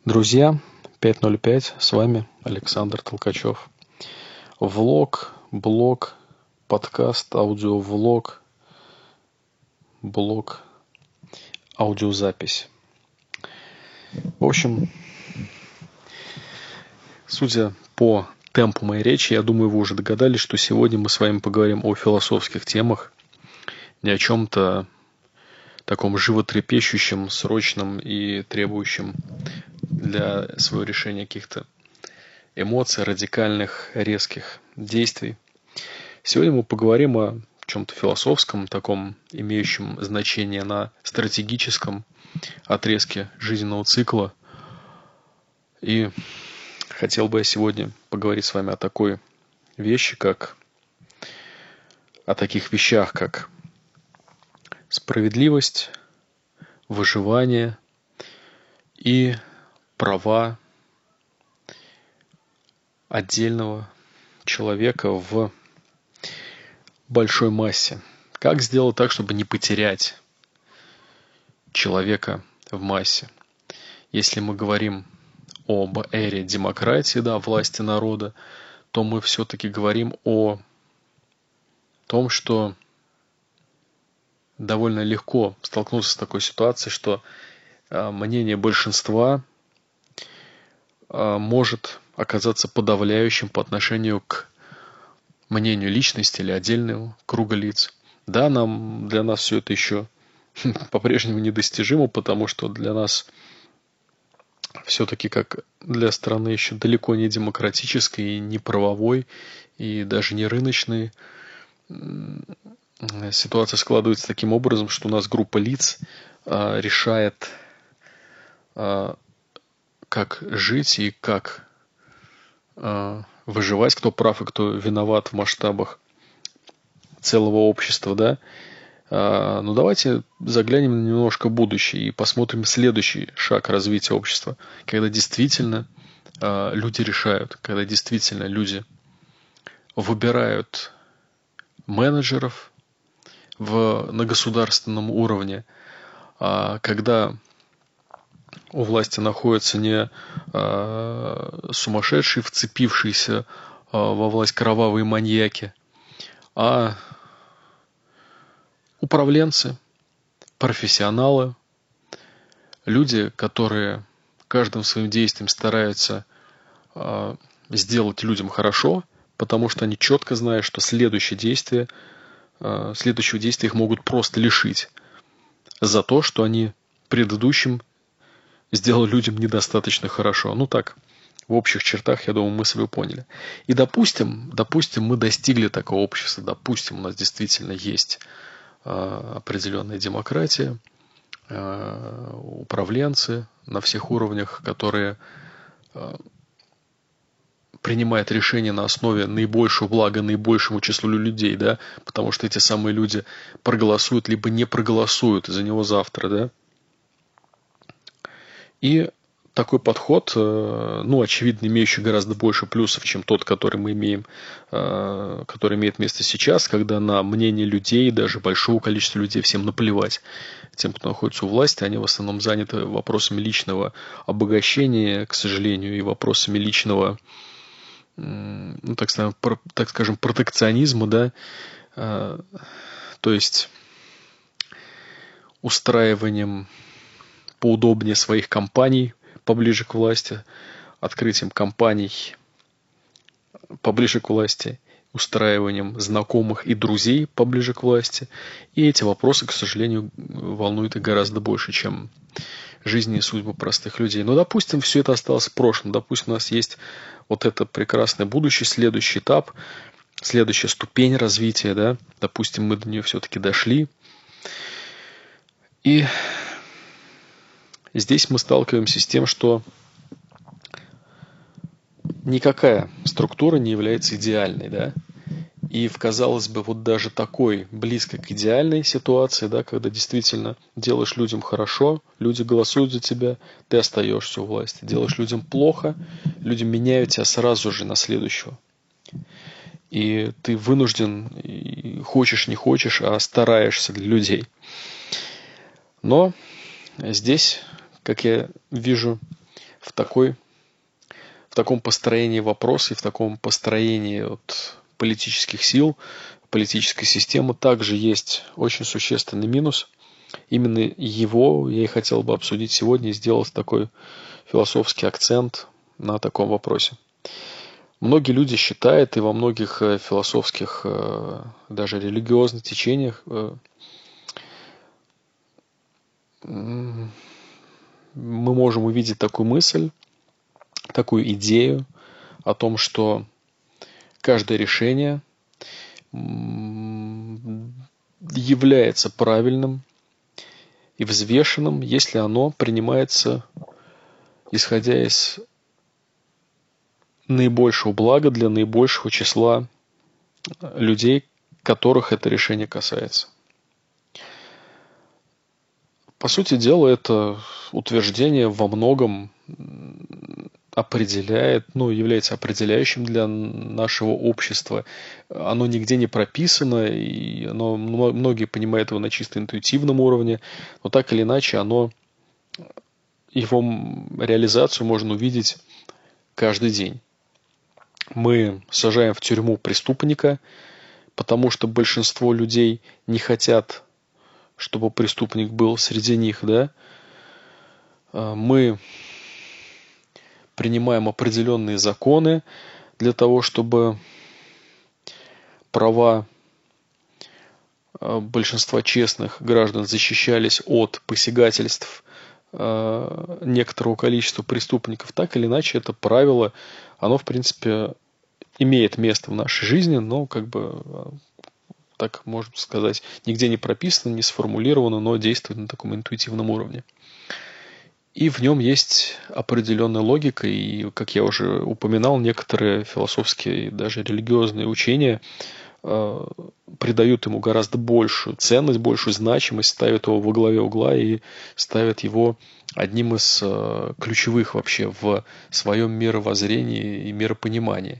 Друзья, 5:05, с вами Александр Толкачев. Блог, подкаст, аудиовлог, блог, аудиозапись. В общем, судя по темпу моей речи, я думаю, вы уже догадались, что сегодня мы с вами поговорим о философских темах, не о чем-то таком животрепещущем, срочном и требующем для своего решения каких-то эмоций, радикальных, резких действий. Сегодня мы поговорим о чем-то философском, таком, имеющем значение на стратегическом отрезке жизненного цикла. И хотел бы я сегодня поговорить с вами о такой вещи, о таких вещах, как справедливость, выживание и права отдельного человека в большой массе. Как сделать так, чтобы не потерять человека в массе? Если мы говорим об эре демократии, власти народа, то мы все-таки говорим о том, что довольно легко столкнуться с такой ситуацией, что мнение большинства может оказаться подавляющим по отношению к мнению личности или отдельного круга лиц. Да, для нас все это еще по-прежнему недостижимо, потому что для нас все-таки, как для страны еще далеко не демократической, и не правовой, и даже не рыночной, ситуация складывается таким образом, что у нас группа лиц решает, как жить и как выживать, кто прав и кто виноват в масштабах целого общества, да. Но давайте заглянем немножко в будущее и посмотрим следующий шаг развития общества, когда действительно люди решают, когда действительно люди выбирают менеджеров на государственном уровне, когда у власти находятся не сумасшедшие, вцепившиеся во власть кровавые маньяки, а управленцы, профессионалы, люди, которые каждым своим действием стараются сделать людям хорошо, потому что они четко знают, что следующего действия их могут просто лишить за то, что они предыдущим сделали людям недостаточно хорошо. Ну так, в общих чертах, я думаю, мы с вами поняли. И допустим, мы достигли такого общества, допустим, у нас действительно есть определенная демократия, управленцы на всех уровнях, которые принимают решения на основе наибольшего блага наибольшему числу людей, да, потому что эти самые люди проголосуют, либо не проголосуют за него завтра, да. И такой подход, очевидно, имеющий гораздо больше плюсов, чем тот, который мы имеем, который имеет место сейчас, когда на мнение людей, даже большого количества людей, всем наплевать. Тем, кто находится у власти, они в основном заняты вопросами личного обогащения, к сожалению, и вопросами личного, так скажем, протекционизма, да, то есть устраиванием поудобнее своих компаний поближе к власти, открытием компаний поближе к власти, устраиванием знакомых и друзей поближе к власти. И эти вопросы, к сожалению, волнуют их гораздо больше, чем жизни и судьбы простых людей. Но, допустим, все это осталось в прошлом. Допустим, у нас есть вот это прекрасное будущее, следующий этап, следующая ступень развития, да. Допустим, мы до нее все-таки дошли. И здесь мы сталкиваемся с тем, что никакая структура не является идеальной, да. И, казалось бы, вот даже такой близко к идеальной ситуации, да, когда действительно делаешь людям хорошо, люди голосуют за тебя, ты остаешься у власти. Делаешь людям плохо, люди меняют тебя сразу же на следующего. И ты вынужден, хочешь не хочешь, а стараешься для людей. Но здесь, как я вижу, в таком построении вопроса и в таком построении вот политических сил, политической системы также есть очень существенный минус. Именно его я и хотел бы обсудить сегодня и сделать такой философский акцент на таком вопросе. Многие люди считают, и во многих философских, даже религиозных течениях мы можем увидеть такую мысль, такую идею о том, что каждое решение является правильным и взвешенным, если оно принимается исходя из наибольшего блага для наибольшего числа людей, которых это решение касается. По сути дела, это утверждение во многом определяет, является определяющим для нашего общества. Оно нигде не прописано, и многие понимают его на чисто интуитивном уровне, но так или иначе его реализацию можно увидеть каждый день. Мы сажаем в тюрьму преступника, потому что большинство людей не хотят, чтобы преступник был среди них, да? Мы принимаем определенные законы для того, чтобы права большинства честных граждан защищались от посягательств некоторого количества преступников. Так или иначе, это правило, оно, в принципе, имеет место в нашей жизни, но, так можно сказать, нигде не прописано, не сформулировано, но действует на таком интуитивном уровне. И в нем есть определенная логика, и, как я уже упоминал, некоторые философские и даже религиозные учения придают ему гораздо большую ценность, большую значимость, ставят его во главе угла и ставят его одним из ключевых вообще в своем мировоззрении и миропонимании.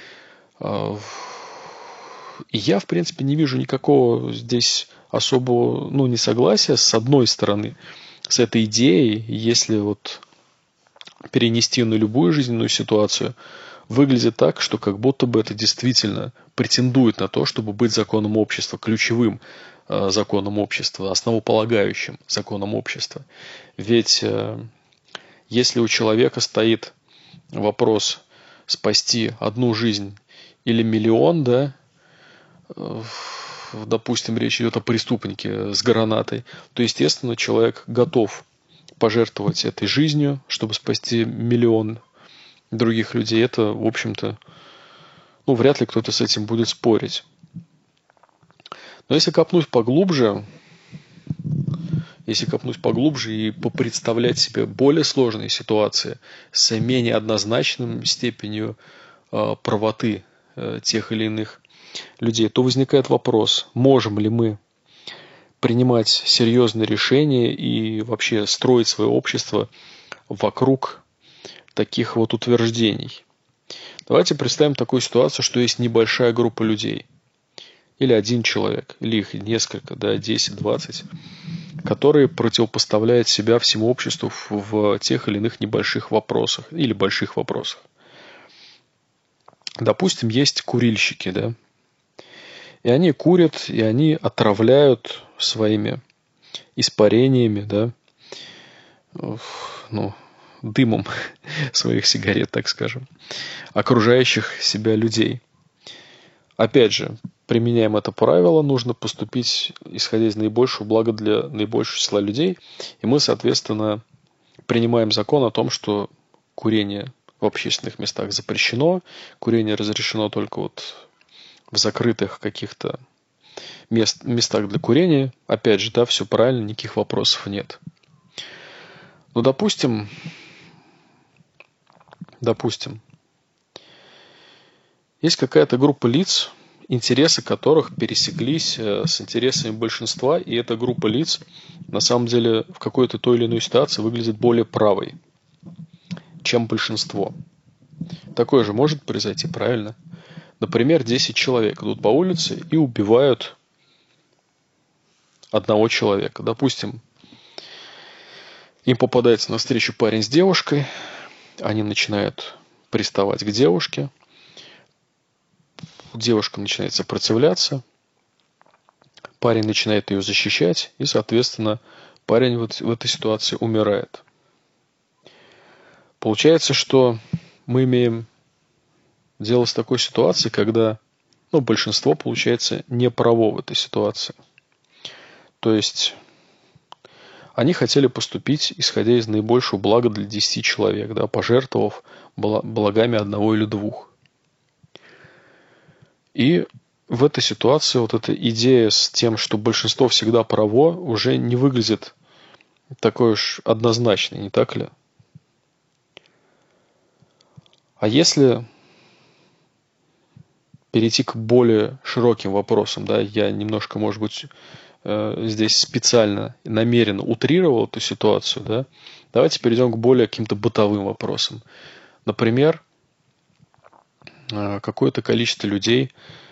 И я, в принципе, не вижу никакого здесь особого несогласия с одной стороны с этой идеей, если перенести на любую жизненную ситуацию, выглядит так, что как будто бы это действительно претендует на то, чтобы быть законом общества, ключевым законом общества, основополагающим законом общества. Ведь если у человека стоит вопрос спасти одну жизнь или миллион, да, допустим, речь идет о преступнике с гранатой, то, естественно, человек готов пожертвовать этой жизнью, чтобы спасти миллион других людей. Это, в общем-то, вряд ли кто-то с этим будет спорить. Но если копнуть поглубже и попредставлять себе более сложные ситуации с менее однозначной степенью правоты тех или иных людей, то возникает вопрос, можем ли мы принимать серьезные решения и вообще строить свое общество вокруг таких утверждений. Давайте представим такую ситуацию, что есть небольшая группа людей, или один человек, или их несколько, 10, 20, которые противопоставляют себя всему обществу в тех или иных небольших вопросах или больших вопросах. Допустим, есть курильщики, да, и они курят, и они отравляют своими испарениями, да, дымом своих сигарет, так скажем, окружающих себя людей. Опять же, применяем это правило, нужно поступить, исходя из наибольшего блага для наибольшего числа людей, и мы, соответственно, принимаем закон о том, что курение в общественных местах запрещено, курение разрешено только в закрытых каких-то местах для курения. Опять же, да, все правильно, никаких вопросов нет. Но допустим, есть какая-то группа лиц, интересы которых пересеклись с интересами большинства, и эта группа лиц на самом деле в какой-то той или иной ситуации выглядит более правой, чем большинство. Такое же может произойти, правильно? Например, 10 человек идут по улице и убивают одного человека. Допустим, им попадается навстречу парень с девушкой, они начинают приставать к девушке, девушка начинает сопротивляться, парень начинает ее защищать, и, соответственно, парень вот в этой ситуации умирает. Получается, что мы имеем дело с такой ситуацией, когда большинство, получается, не право в этой ситуации. То есть они хотели поступить, исходя из наибольшего блага для 10 человек, да, пожертвовав благами одного или двух. И в этой ситуации вот эта идея с тем, что большинство всегда право, уже не выглядит такой уж однозначной, не так ли? А если перейти к более широким вопросам, да, я немножко, может быть, здесь специально, намеренно утрировал эту ситуацию, да, давайте перейдем к более каким-то бытовым вопросам. Например, какое-то количество людей,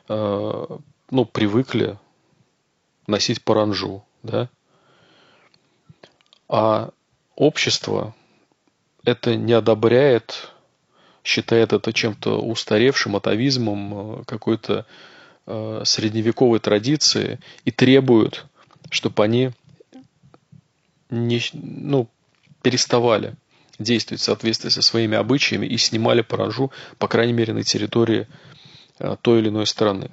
привыкли носить паранджу, да, а общество это не одобряет, считает это чем-то устаревшим, атовизмом, какой-то средневековой традиции и требует, чтобы они переставали действовать в соответствии со своими обычаями и снимали паранджу, по крайней мере, на территории той или иной страны.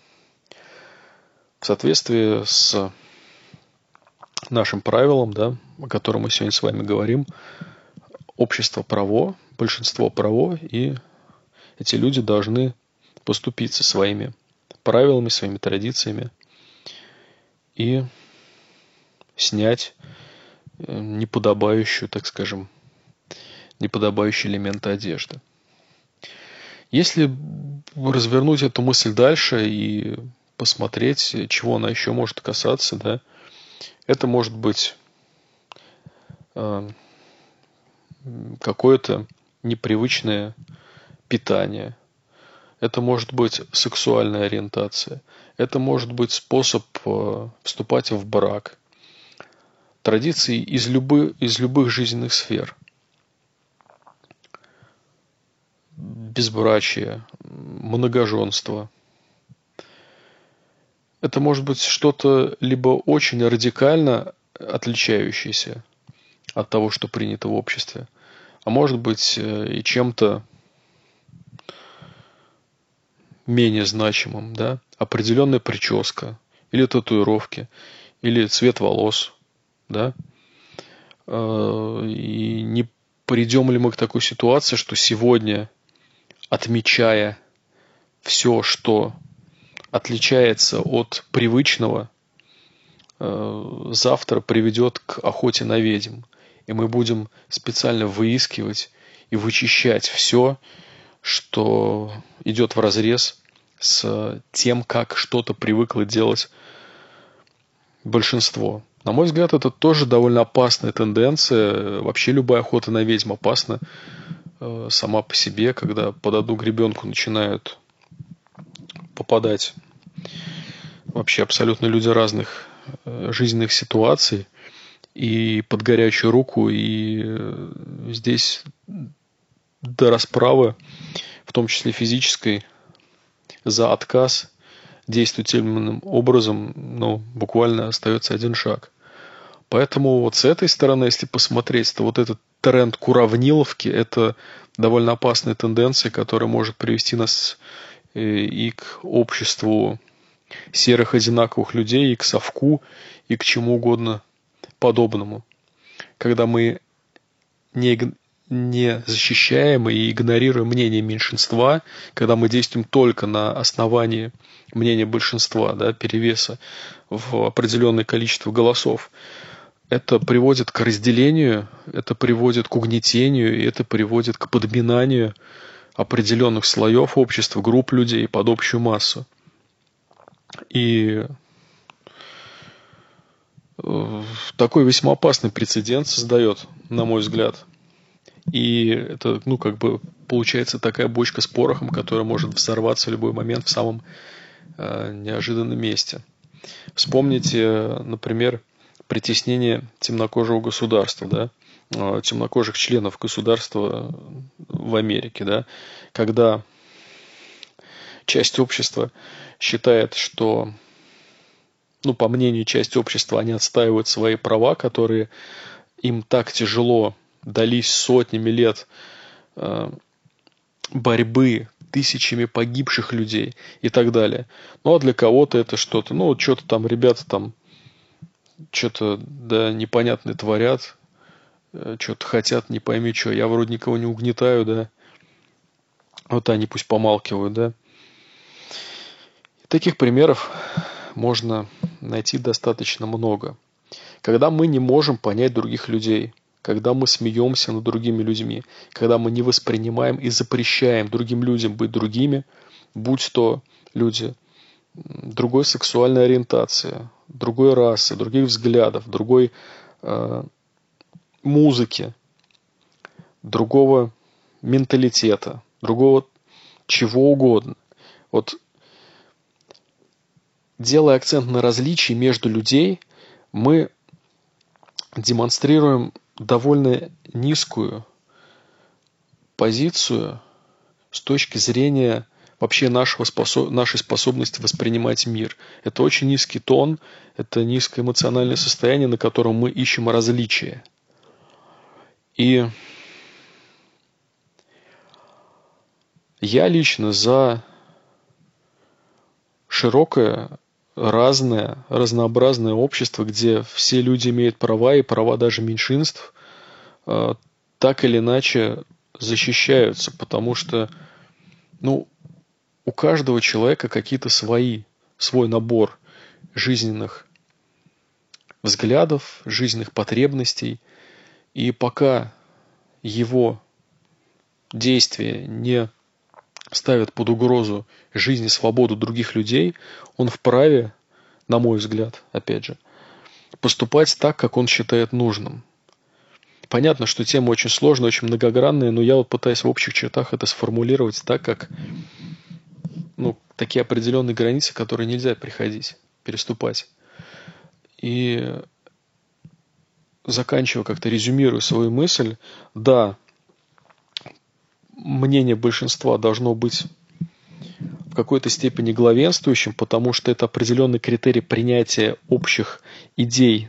В соответствии с нашим правилом, да, о котором мы сегодня с вами говорим, общество право, большинство право, и эти люди должны поступиться своими правилами, своими традициями и снять неподобающую, так скажем, неподобающие элементы одежды. Если развернуть эту мысль дальше и посмотреть, чего она еще может касаться, да, это может быть какое-то непривычное питание. Это может быть сексуальная ориентация. Это может быть способ вступать в брак. Традиции из любых жизненных сфер. Безбрачие, многоженство. Это может быть что-то либо очень радикально отличающееся от того, что принято в обществе, а может быть и чем-то менее значимым, да, определенная прическа, или татуировки, или цвет волос, да, и не придем ли мы к такой ситуации, что сегодня, отмечая все, что отличается от привычного, завтра приведет к охоте на ведьм. И мы будем специально выискивать и вычищать все, что идет вразрез с тем, как что-то привыкло делать большинство. На мой взгляд, это тоже довольно опасная тенденция. Вообще любая охота на ведьм опасна сама по себе, когда под одну гребенку начинают попадать вообще абсолютно люди разных жизненных ситуаций и под горячую руку, и здесь до расправы, в том числе физической, за отказ действовать тем или иным образом, буквально остается один шаг. Поэтому вот с этой стороны, если посмотреть, то вот этот тренд к уравниловке – это довольно опасная тенденция, которая может привести нас и к обществу серых одинаковых людей, и к совку, и к чему угодно подобному. Когда мы не защищаем и игнорируем мнение меньшинства, когда мы действуем только на основании мнения большинства, да, перевеса в определенное количество голосов, это приводит к разделению, это приводит к угнетению, и это приводит к подминанию определенных слоев общества, групп людей под общую массу. И такой весьма опасный прецедент создает, на мой взгляд. И это, получается такая бочка с порохом, которая может взорваться в любой момент в самом неожиданном месте. Вспомните, например, притеснение темнокожего государства, да? темнокожих членов государства в Америке, да, когда часть общества считает, что, ну, по мнению части общества, они отстаивают свои права, которые им так тяжело дались сотнями лет борьбы, тысячами погибших людей и так далее. Ну, а для кого-то это что-то, ну, что-то там ребята там что-то, да, непонятное творят, что-то хотят, не пойми что. Я вроде никого не угнетаю, да. Вот они пусть помалкивают, да. Таких примеров можно найти достаточно много. Когда мы не можем понять других людей, когда мы смеемся над другими людьми, когда мы не воспринимаем и запрещаем другим людям быть другими, будь то люди другой сексуальной ориентации, другой расы, других взглядов, другой музыки, другого менталитета, другого чего угодно. Вот делая акцент на различии между людей, мы демонстрируем довольно низкую позицию с точки зрения вообще нашей способности воспринимать мир. Это очень низкий тон, это низкое эмоциональное состояние, на котором мы ищем различия. И я лично за широкое, разное, разнообразное общество, где все люди имеют права, и права даже меньшинств так или иначе защищаются, потому что, ну, у каждого человека какие-то свой набор жизненных взглядов, жизненных потребностей, и пока его действия не ставят под угрозу жизнь и свободу других людей, он вправе, на мой взгляд, опять же, поступать так, как он считает нужным. Понятно, что тема очень сложная, очень многогранная, но я вот пытаюсь в общих чертах это сформулировать так, как, ну, такие определенные границы, которые нельзя переступать. И заканчивая, как-то резюмирую свою мысль, да, мнение большинства должно быть в какой-то степени главенствующим, потому что это определенный критерий принятия общих идей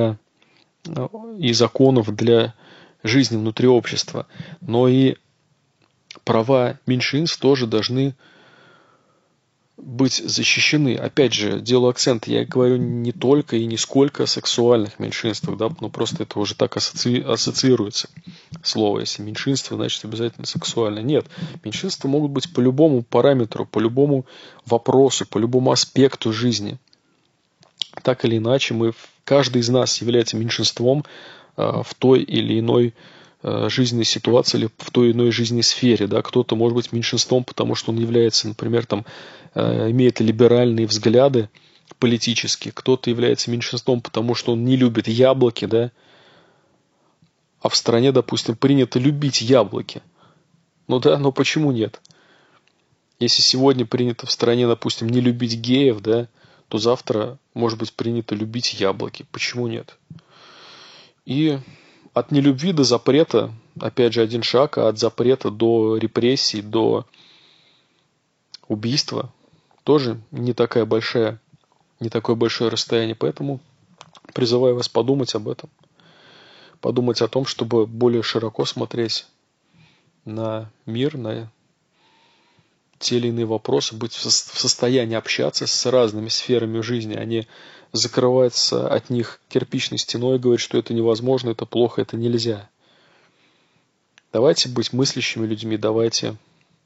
и законов для жизни внутри общества. Но и права меньшинств тоже должны быть защищены. Опять же, делаю акцент, я говорю не только и не сколько о сексуальных меньшинствах, да, но просто это уже так ассоциируется слово. Если меньшинство, значит обязательно сексуально. Нет, меньшинства могут быть по любому параметру, по любому вопросу, по любому аспекту жизни. Так или иначе, каждый из нас является меньшинством в той или иной жизненной ситуации или в той или иной жизненной сфере. Да? Кто-то может быть меньшинством, потому что он является, например, имеет либеральные взгляды политические. Кто-то является меньшинством, потому что он не любит яблоки, да? А в стране, допустим, принято любить яблоки. Ну да, но почему нет? Если сегодня принято в стране, допустим, не любить геев, да, то завтра может быть принято любить яблоки. Почему нет? И от нелюбви до запрета, опять же, один шаг, а от запрета до репрессий, до убийства тоже не такое большое расстояние. Поэтому призываю вас подумать об этом. Подумать о том, чтобы более широко смотреть на мир, на те или иные вопросы, быть в состоянии общаться с разными сферами жизни, а не закрываться от них кирпичной стеной и говорить, что это невозможно, это плохо, это нельзя. Давайте быть мыслящими людьми, давайте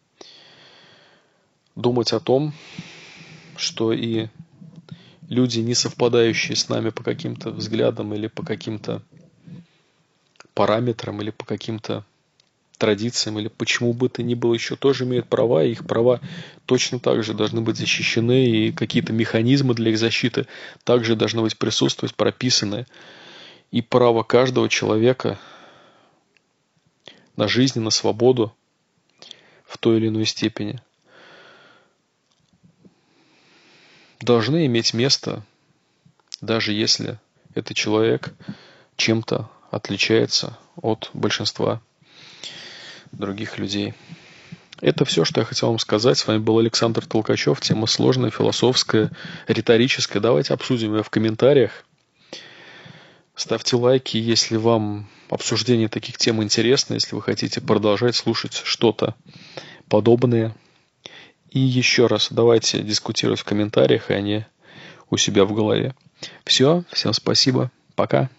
думать о том, что и люди, не совпадающие с нами по каким-то взглядам или по каким-то параметрам или по каким-то традициям или почему бы то ни было еще, тоже имеют права, и их права точно так же должны быть защищены, и какие-то механизмы для их защиты также должны быть присутствовать, прописаны. И право каждого человека на жизнь, на свободу в той или иной степени должны иметь место, даже если этот человек чем-то отличается от большинства других людей. Это все, что я хотел вам сказать. С вами был Александр Толкачев. Тема сложная, философская, риторическая. Давайте обсудим ее в комментариях. Ставьте лайки, если вам обсуждение таких тем интересно, если вы хотите продолжать слушать что-то подобное. И еще раз, давайте дискутировать в комментариях, а не у себя в голове. Все, всем спасибо, пока.